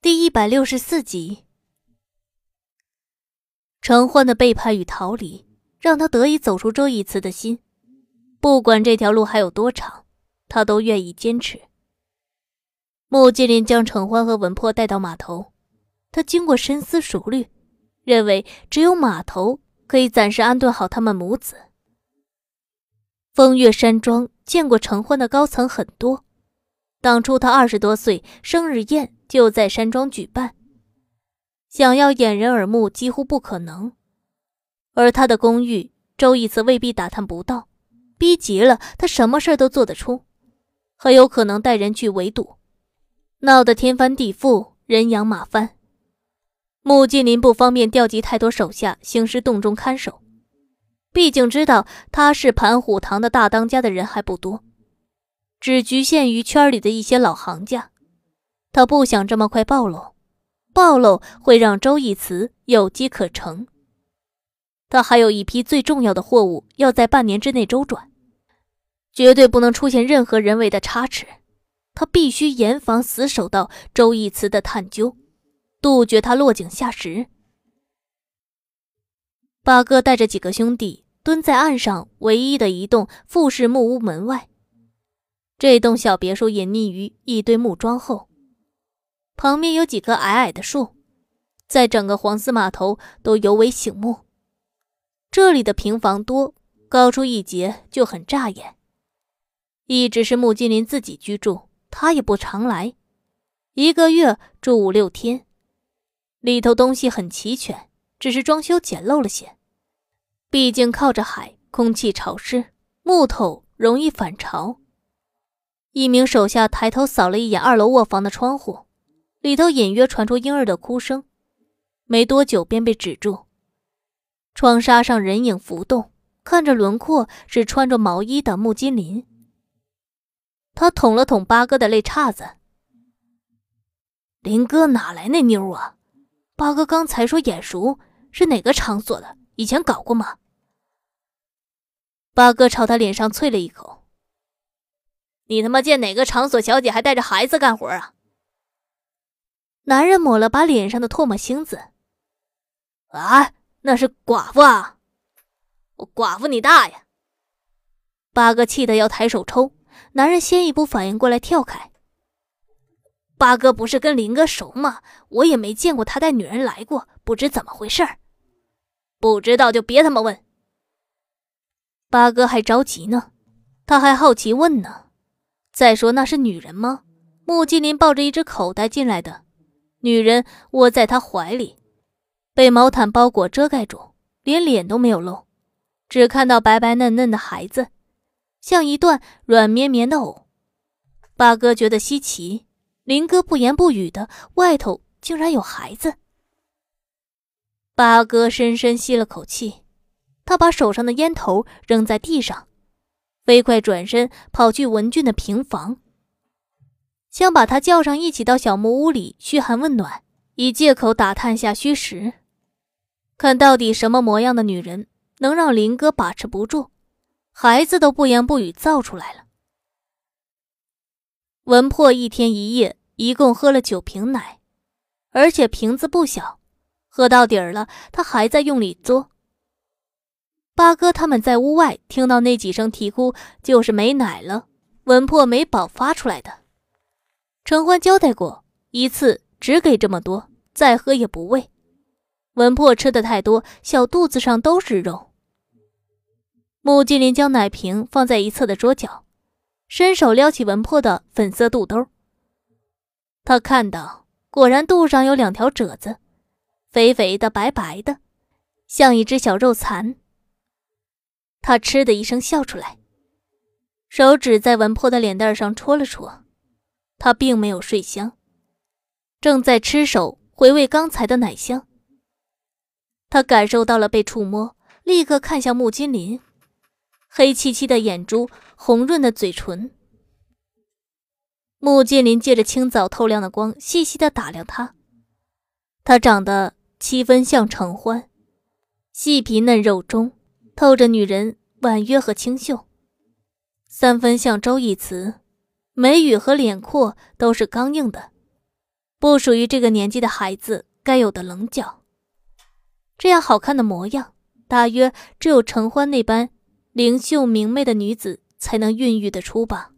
第164集。程欢的背叛与逃离，让他得以走出周逸慈的心。不管这条路还有多长，他都愿意坚持。穆金林将程欢和文珀带到码头，他经过深思熟虑，认为只有码头可以暂时安顿好他们母子。风月山庄见过程欢的高层很多，当初他20多岁生日宴就在山庄举办，想要掩人耳目几乎不可能。而他的公寓，周逸慈未必打探不到，逼急了他什么事都做得出，很有可能带人去围堵，闹得天翻地覆，人仰马翻。穆金林不方便调集太多手下行尸洞中看守，毕竟知道他是盘虎堂的大当家的人还不多，只局限于圈里的一些老行家。他不想这么快暴露，暴露会让周逸慈有机可乘。他还有一批最重要的货物要在半年之内周转，绝对不能出现任何人为的差池。他必须严防死守到周逸慈的探究，杜绝他落井下石。八哥带着几个兄弟蹲在岸上唯一的一栋复式木屋门外。这栋小别墅隐匿于一堆木桩后，旁边有几棵矮矮的树，在整个黄丝码头都尤为醒目。这里的平房多，高出一截就很扎眼。一直是穆金林自己居住，他也不常来，1个月住5、6天。里头东西很齐全，只是装修简陋了些。毕竟靠着海，空气潮湿，木头容易反潮。一名手下抬头扫了一眼2楼卧房的窗户，里头隐约传出婴儿的哭声，没多久便被止住。窗纱上人影浮动，看着轮廓是穿着毛衣的穆金林。他捅了捅八哥的肋叉子。林哥哪来那妞啊？八哥刚才说眼熟，是哪个场所的？以前搞过吗？八哥朝他脸上啐了一口。你他妈见哪个场所小姐还带着孩子干活啊？男人抹了把脸上的唾沫星子。啊，那是寡妇啊！我寡妇你大爷！八哥气得要抬手抽，男人先一步反应过来跳开。八哥不是跟林哥熟吗？我也没见过他带女人来过，不知怎么回事。不知道就别他妈问。八哥还着急呢，他还好奇问呢。再说那是女人吗？穆金林抱着一只口袋进来的，女人窝在他怀里，被毛毯包裹遮盖住，连脸都没有露，只看到白白嫩嫩的孩子，像一段软绵绵的藕。八哥觉得稀奇，林哥不言不语的，外头竟然有孩子。八哥深深吸了口气，他把手上的烟头扔在地上，飞快转身跑去文俊的平房，想把他叫上一起到小木屋里嘘寒问暖，以借口打探下虚实，看到底什么模样的女人能让林哥把持不住，孩子都不言不语造出来了。文珀1天1夜一共喝了9瓶奶，而且瓶子不小，喝到底儿了，他还在用力嘬。八哥他们在屋外听到那几声啼哭，就是没奶了，文珀没饱发出来的。程欢交代过，一次只给这么多，再喝也不喂。文珀吃的太多，小肚子上都是肉。穆金林将奶瓶放在一侧的桌角，伸手撩起文珀的粉色肚兜。他看到，果然肚上有2条褶子，肥肥的白白的，像一只小肉蚕。他嗤的一声笑出来，手指在文珀的脸蛋上戳了戳。他并没有睡香，正在吃手回味刚才的奶香。他感受到了被触摸，立刻看向穆金林，黑漆漆的眼珠，红润的嘴唇。穆金林借着清早透亮的光细细地打量他。他长得7分像程欢，细皮嫩肉中透着女人婉约和清秀，3分像周逸慈，眉宇和脸廓都是刚硬的， 不属于这个年纪的孩子该有的棱角。这样好看的模样，大约只有陈欢那般灵秀明媚的女子才能孕育得出吧。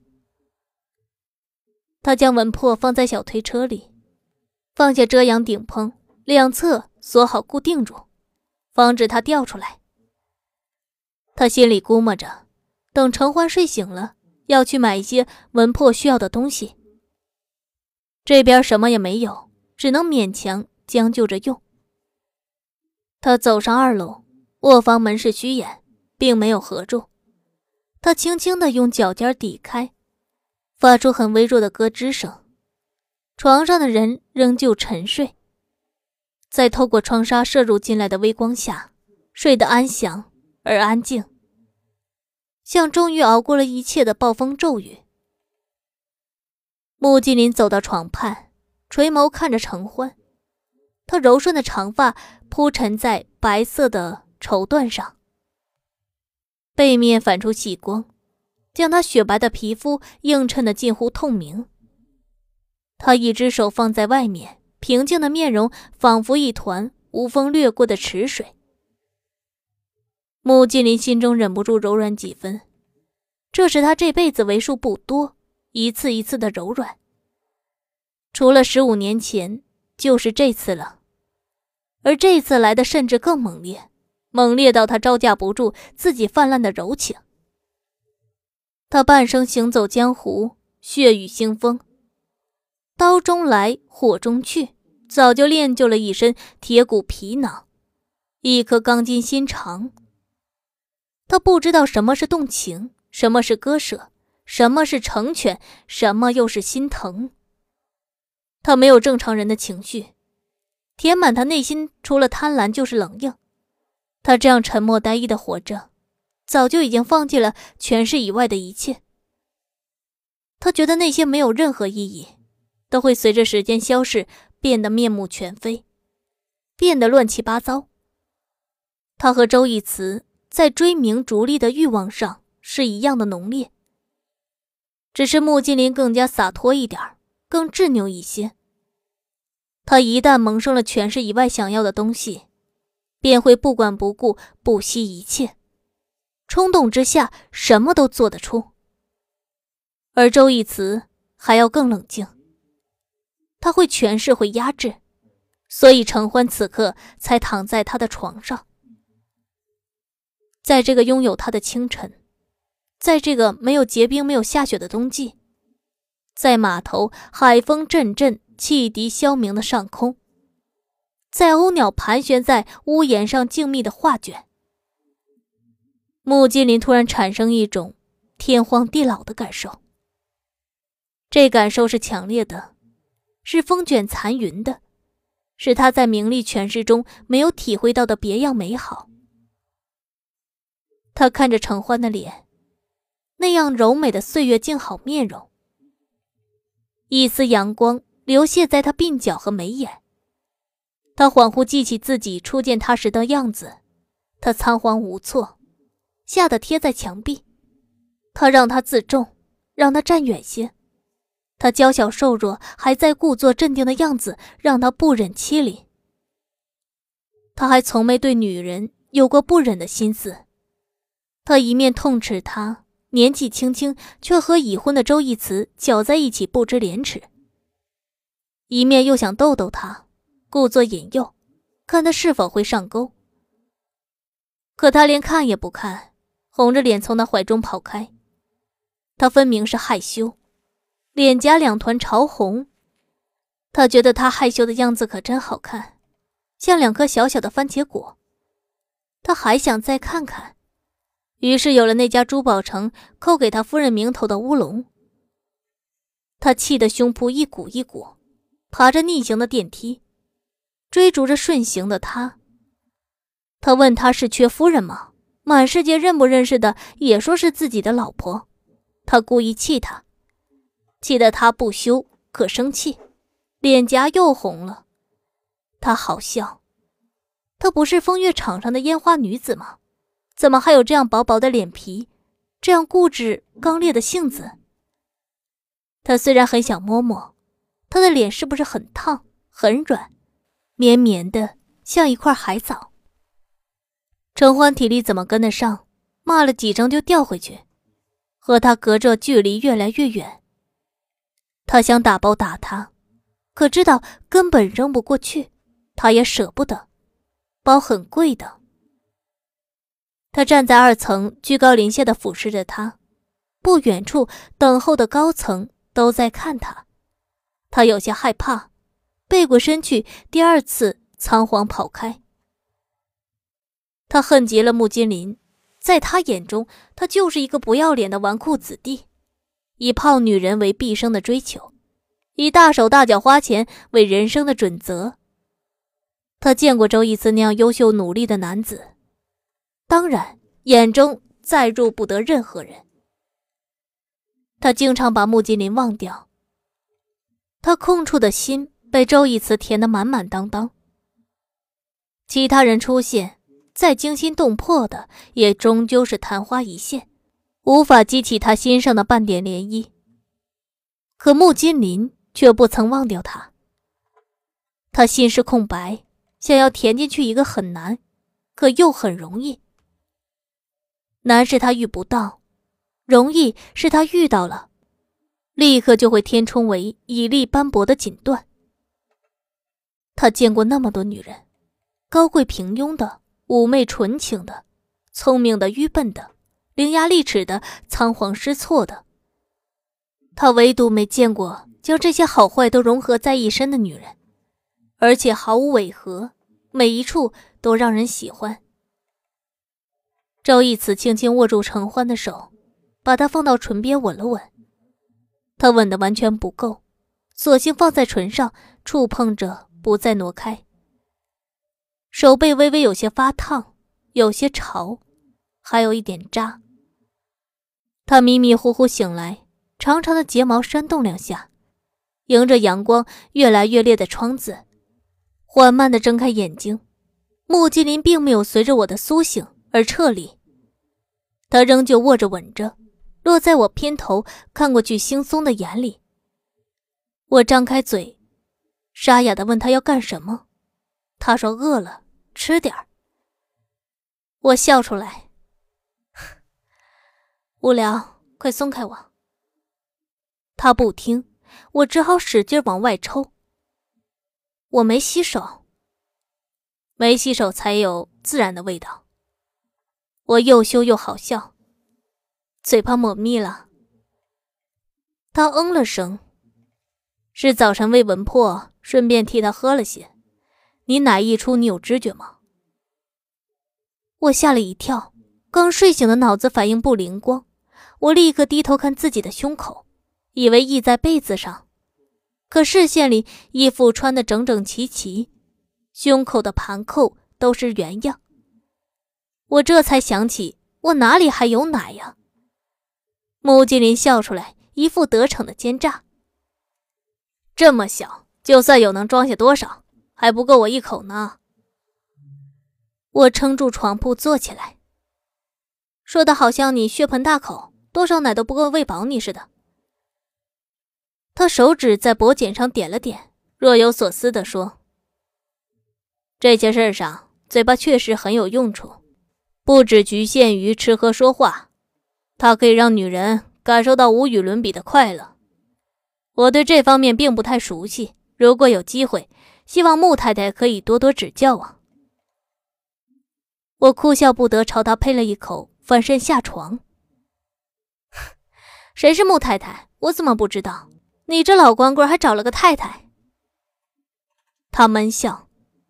他将文魄放在小推车里，放下遮阳顶棚，两侧锁好固定住，防止它掉出来。他心里估摸着，等陈欢睡醒了，要去买一些文魄需要的东西。这边什么也没有，只能勉强将就着用。他走上2楼，卧房门是虚掩，并没有合住。他轻轻地用脚尖抵开，发出很微弱的咯吱声。床上的人仍旧沉睡，在透过窗纱射入进来的微光下，睡得安详而安静，像终于熬过了一切的暴风骤雨。穆金林走到床畔，垂眸看着陈欢，他柔顺的长发铺陈在白色的绸缎上，背面反出细光，将他雪白的皮肤映衬得近乎透明。他一只手放在外面，平静的面容仿佛一团无风掠过的池水。穆金林心中忍不住柔软几分，这是他这辈子为数不多一次一次的柔软。除了15年前，就是这次了。而这次来的甚至更猛烈，猛烈到他招架不住自己泛滥的柔情。他半生行走江湖，血雨腥风，刀中来火中去，早就练就了一身铁骨皮囊，一颗钢筋心肠。他不知道什么是动情，什么是割舍，什么是成全，什么又是心疼。他没有正常人的情绪，填满他内心除了贪婪就是冷硬。他这样沉默单一的活着，早就已经放弃了权势以外的一切。他觉得那些没有任何意义，都会随着时间消逝，变得面目全非，变得乱七八糟。他和周逸慈在追名逐利的欲望上是一样的浓烈，只是穆金林更加洒脱一点，更执拗一些。他一旦萌生了权势以外想要的东西，便会不管不顾，不惜一切，冲动之下什么都做得出。而周逸慈还要更冷静，他会权势，会压制，所以陈欢此刻才躺在他的床上。在这个拥有他的清晨，在这个没有结冰没有下雪的冬季，在码头海风阵阵汽笛消鸣的上空，在鸥鸟盘旋在屋檐上静谧的画卷，穆金林突然产生一种天荒地老的感受。这感受是强烈的，是风卷残云的，是他在名利权势中没有体会到的别样美好。他看着陈欢的脸，那样柔美的岁月静好面容，一丝阳光流泻在他鬓角和眉眼。他恍惚记起自己初见他时的样子，他仓皇无措，吓得贴在墙壁。他让他自重，让他站远些。他娇小瘦弱，还在故作镇定的样子，让他不忍欺凌。他还从没对女人有过不忍的心思。他一面痛斥他年纪轻轻却和已婚的周逸慈搅在一起不知廉耻，一面又想逗逗他，故作引诱，看他是否会上钩。可他连看也不看，红着脸从他怀中跑开。他分明是害羞，脸颊2团潮红。他觉得他害羞的样子可真好看，像2颗小小的番茄果。他还想再看看，于是有了那家珠宝城扣给他夫人名头的乌龙。他气得胸脯一鼓一鼓，爬着逆行的电梯，追逐着顺行的他。他问他是缺夫人吗？满世界认不认识的也说是自己的老婆。他故意气他，气得他不羞可生气，脸颊又红了。他好笑，她不是风月场上的烟花女子吗？怎么还有这样薄薄的脸皮，这样固执刚烈的性子？他虽然很想摸摸， 他的脸是不是很烫很软，绵绵的像一块海藻。陈欢体力怎么跟得上，骂了几声就掉回去，和他隔着距离越来越远。他想打包打他，可知道根本扔不过去，他也舍不得，包很贵的。他站在2层，居高临下地俯视着他，不远处等候的高层都在看他。他有些害怕，背过身去，第2次仓皇跑开。他恨极了穆金林，在他眼中，他就是一个不要脸的纨绔子弟，以泡女人为毕生的追求，以大手大脚花钱为人生的准则。他见过周一次那样优秀努力的男子，当然眼中再入不得任何人。他经常把穆金林忘掉，他空处的心被周一慈填得满满当当。其他人出现，再惊心动魄的，也终究是昙花一现，无法激起他心上的半点涟漪。可穆金林却不曾忘掉他，他心是空白，想要填进去一个很难，可又很容易。难是他遇不到，容易是他遇到了，立刻就会填充为以力斑驳的锦缎。他见过那么多女人，高贵平庸的，妩媚纯情的，聪明的，愚笨的，伶牙俐齿的，仓皇失措的。他唯独没见过将这些好坏都融合在一身的女人，而且毫无违和，每一处都让人喜欢。周一慈轻轻握住陈欢的手，把他放到唇边吻了吻。他吻得完全不够，索性放在唇上，触碰着不再挪开。手背微微有些发烫，有些潮，还有一点扎。他迷迷糊糊醒来，长长的睫毛扇动2下，迎着阳光越来越烈的窗子，缓慢地睁开眼睛。穆金林并没有随着我的苏醒而撤离，他仍旧握着吻着，落在我偏头看过去惺忪的眼里。我张开嘴，沙哑地问他要干什么。他说饿了，吃点儿。我笑出来，无聊，快松开我。他不听，我只好使劲往外抽。我没洗手，没洗手才有自然的味道。我又羞又好笑，嘴巴抹蜜了。他嗯了声，是早晨喂文破，顺便替他喝了些。你奶一出，你有知觉吗？我吓了一跳，刚睡醒的脑子反应不灵光，我立刻低头看自己的胸口，以为倚在被子上，可视线里衣服穿得整整齐齐，胸口的盘扣都是原样。我这才想起，我哪里还有奶呀？穆金林笑出来，一副得逞的奸诈。这么小，就算有能装下多少，还不够我一口呢。我撑住床铺坐起来，说的好像你血盆大口，多少奶都不够喂饱你似的。他手指在脖颈上点了点，若有所思地说，这些事上嘴巴确实很有用处，不只局限于吃喝说话，它可以让女人感受到无与伦比的快乐。我对这方面并不太熟悉，如果有机会，希望穆太太可以多多指教啊。我哭笑不得，朝他呸了一口，翻身下床。谁是穆太太？我怎么不知道？你这老光棍还找了个太太。他闷笑，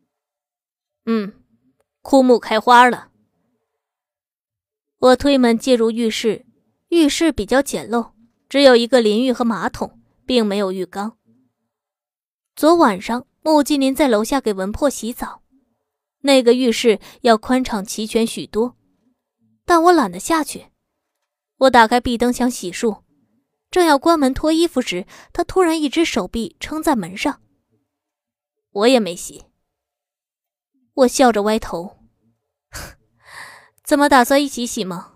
枯木开花了。我推门进入浴室，浴室比较简陋，只有一个淋浴和马桶，并没有浴缸。昨晚上穆金林在楼下给文破洗澡，那个浴室要宽敞齐全许多，但我懒得下去。我打开壁灯想洗漱，正要关门脱衣服时，他突然一只手臂撑在门上。我也没洗。我笑着歪头，怎么打算一起洗吗？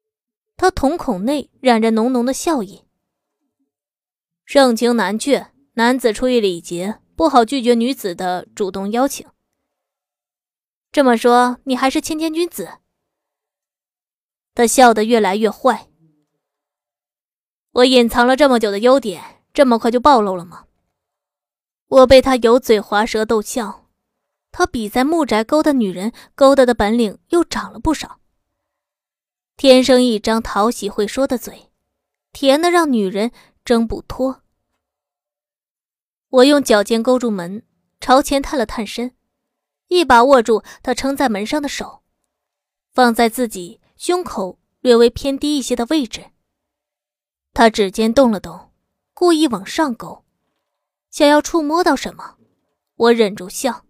他瞳孔内染着浓浓的笑意。盛情难却， 男子出于礼节，不好拒绝女子的主动邀请。这么说，你还是谦谦君子？他笑得越来越坏。我隐藏了这么久的优点，这么快就暴露了吗？我被他油嘴滑舌逗笑，他比在木宅勾搭女人勾搭的本领又长了不少。天生一张讨喜会说的嘴，甜得让女人挣不脱。我用脚尖勾住门，朝前探了探身，一把握住他撑在门上的手，放在自己胸口略微偏低一些的位置。他指尖动了动，故意往上勾，想要触摸到什么。我忍住笑。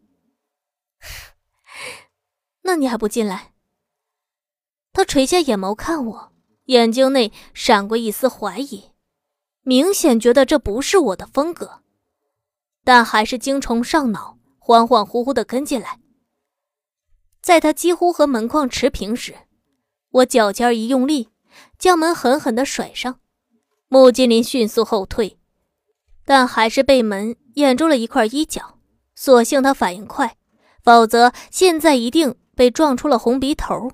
那你还不进来？他垂下眼眸看我，眼睛内闪过一丝怀疑，明显觉得这不是我的风格，但还是精虫上脑，恍恍惚惚地跟进来。在他几乎和门框持平时，我脚尖一用力，将门狠狠地甩上。穆金林迅速后退，但还是被门掩住了一块衣角，所幸他反应快，否则现在一定被撞出了红鼻头。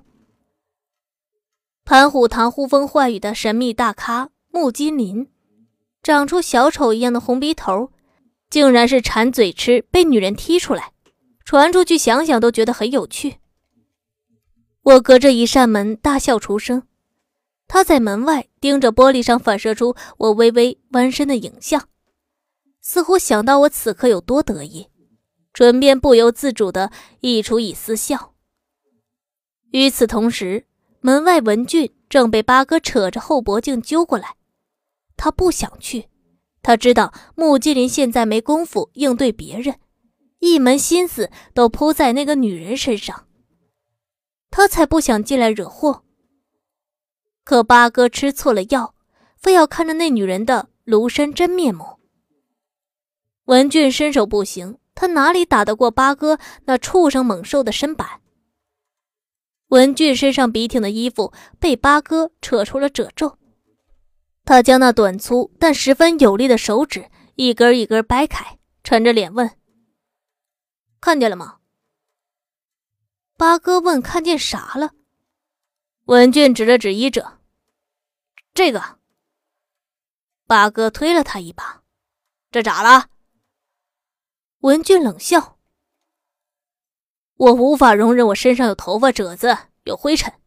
盘虎堂呼风唤雨的神秘大咖穆金林，长出小丑一样的红鼻头，竟然是馋嘴吃被女人踢出来，传出去想想都觉得很有趣。我隔着一扇门大笑出声，他在门外盯着玻璃上反射出我微微弯身的影像，似乎想到我此刻有多得意，唇边不由自主地溢出一丝笑。与此同时，门外文俊正被八哥扯着后脖颈揪过来。他不想去，他知道穆金林现在没工夫应对别人，一门心思都扑在那个女人身上，他才不想进来惹祸。可八哥吃错了药，非要看着那女人的庐山真面目。文俊身手不行，他哪里打得过八哥那畜生猛兽的身板？文俊身上笔挺的衣服被八哥扯出了褶皱，他将那短粗但十分有力的手指一根一根掰开，沉着脸问：看见了吗？八哥问看见啥了？文俊指了指衣褶，这个。八哥推了他一把，这咋了？文俊冷笑，我无法容忍我身上有头发褶子，有灰尘。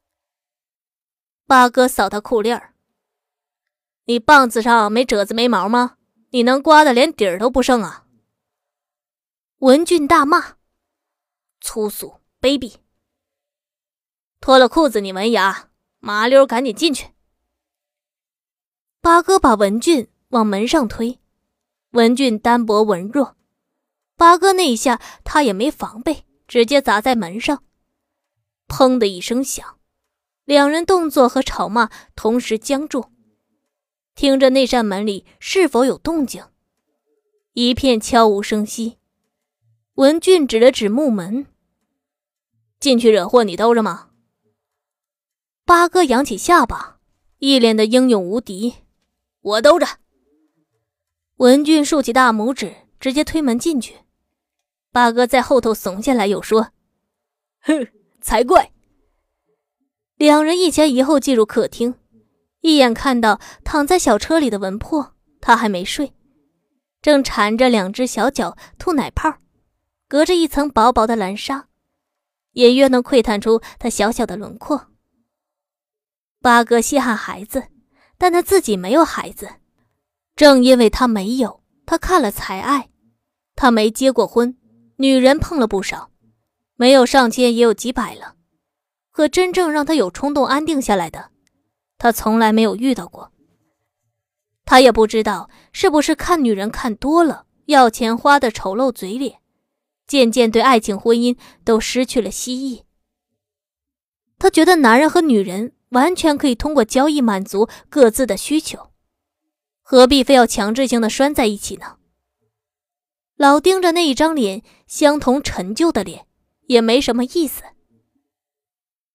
八哥扫他裤链儿，你棒子上没褶子没毛吗？你能刮得连底儿都不剩啊！文俊大骂，粗俗卑鄙。脱了裤子你文雅，麻溜赶紧进去。八哥把文俊往门上推，文俊单薄文弱，八哥那一下他也没防备，直接砸在门上，砰的一声响，两人动作和吵骂同时僵住，听着那扇门里是否有动静。一片悄无声息。文俊指了指木门，进去惹祸你兜着吗？八哥扬起下巴，一脸的英勇无敌，我兜着。文俊竖起大拇指，直接推门进去。八哥在后头怂下来，又说：哼，才怪。两人一前一后进入客厅，一眼看到躺在小车里的文珀，他还没睡，正缠着两只小脚吐奶泡，隔着一层薄薄的蓝纱，隐约能窥探出他小小的轮廓。八哥稀罕孩子，但他自己没有孩子，正因为他没有，他看了才爱。他没结过婚，女人碰了不少，没有上千也有几百了，可真正让他有冲动安定下来的，他从来没有遇到过。他也不知道是不是看女人看多了，要钱花的丑陋嘴脸，渐渐对爱情婚姻都失去了希冀。他觉得男人和女人完全可以通过交易满足各自的需求，何必非要强制性的拴在一起呢？老盯着那一张脸，相同陈旧的脸，也没什么意思。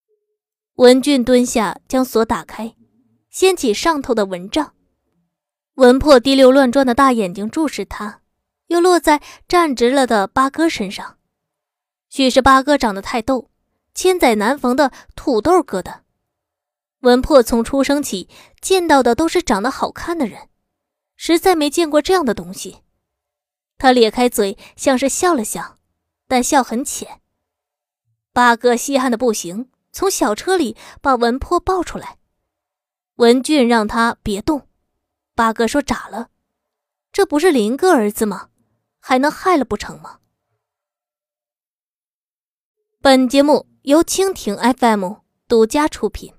文俊蹲下将锁打开，掀起上头的蚊帐。 文破滴溜乱转的大眼睛注视他，又落在站直了的八哥身上。许是八哥长得太逗，千载难逢的土豆疙瘩。文破从出生起见到的都是长得好看的人，实在没见过这样的东西。他咧开嘴，像是笑了笑，但笑很浅。八哥稀罕的不行，从小车里把文破抱出来。文俊让他别动，八哥说眨了，这不是林哥儿子吗？还能害了不成吗？本节目由蜻蜓 FM 独家出品。